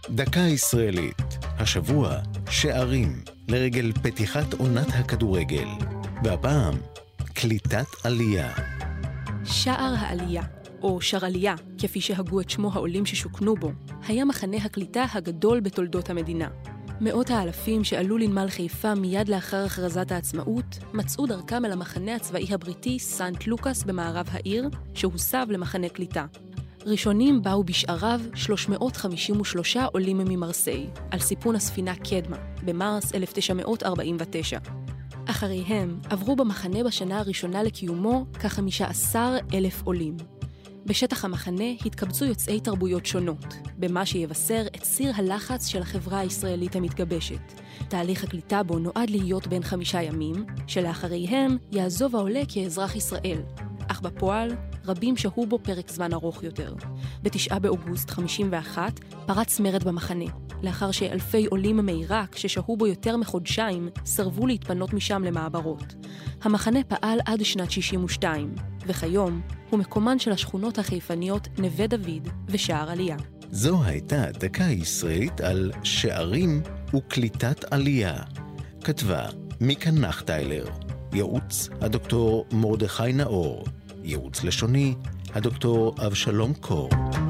דקה ישראלית, השבוע שערים לרגל פתיחת עונת הכדורגל, והפעם קליטת עלייה. שער העלייה, או שערליה, כפי שהגו את שמו העולים ששוכנו בו, היה מחנה הקליטה הגדול בתולדות המדינה. מאות האלפים שעלו לנמל חיפה מיד לאחר הכרזת העצמאות, מצאו דרכם אל המחנה הצבאי הבריטי סנט לוקאס במערב העיר, שהוסב למחנה קליטה. ראשונים באו בשעריו 353 עולים ממרסיי, על סיפון הספינה קדמה, במרס 1949. אחריהם עברו במחנה בשנה הראשונה לקיומו כ-15,000 עולים. בשטח המחנה התקבצו יוצאי תרבויות שונות, במה שיבשר את סיר הלחץ של החברה הישראלית המתגבשת. תהליך הקליטה בו נועד להיות בין 5 ימים, שלאחריהם יעזוב העולה כאזרח ישראל, אך בפועל רבים שהו בו פרק זמן ארוך יותר. ב9 באוגוסט 51 פרץ מרד במחנה, לאחר שאלפי עולים מעיראק ששהו בו יותר מחודשיים סרבו להתפנות משם למעברות. המחנה פעל עד שנת 62, וכיום הוא מקומן של השכונות החיפניות נווה דוד ושער עלייה. זו הייתה דקה ישראלית על שערים וקליטת עלייה. כתבה מיקה נחטיילר, ייעוץ הדוקטור מרדכי נאור, ייעוץ לשוני הדוקטור אבשלום קור.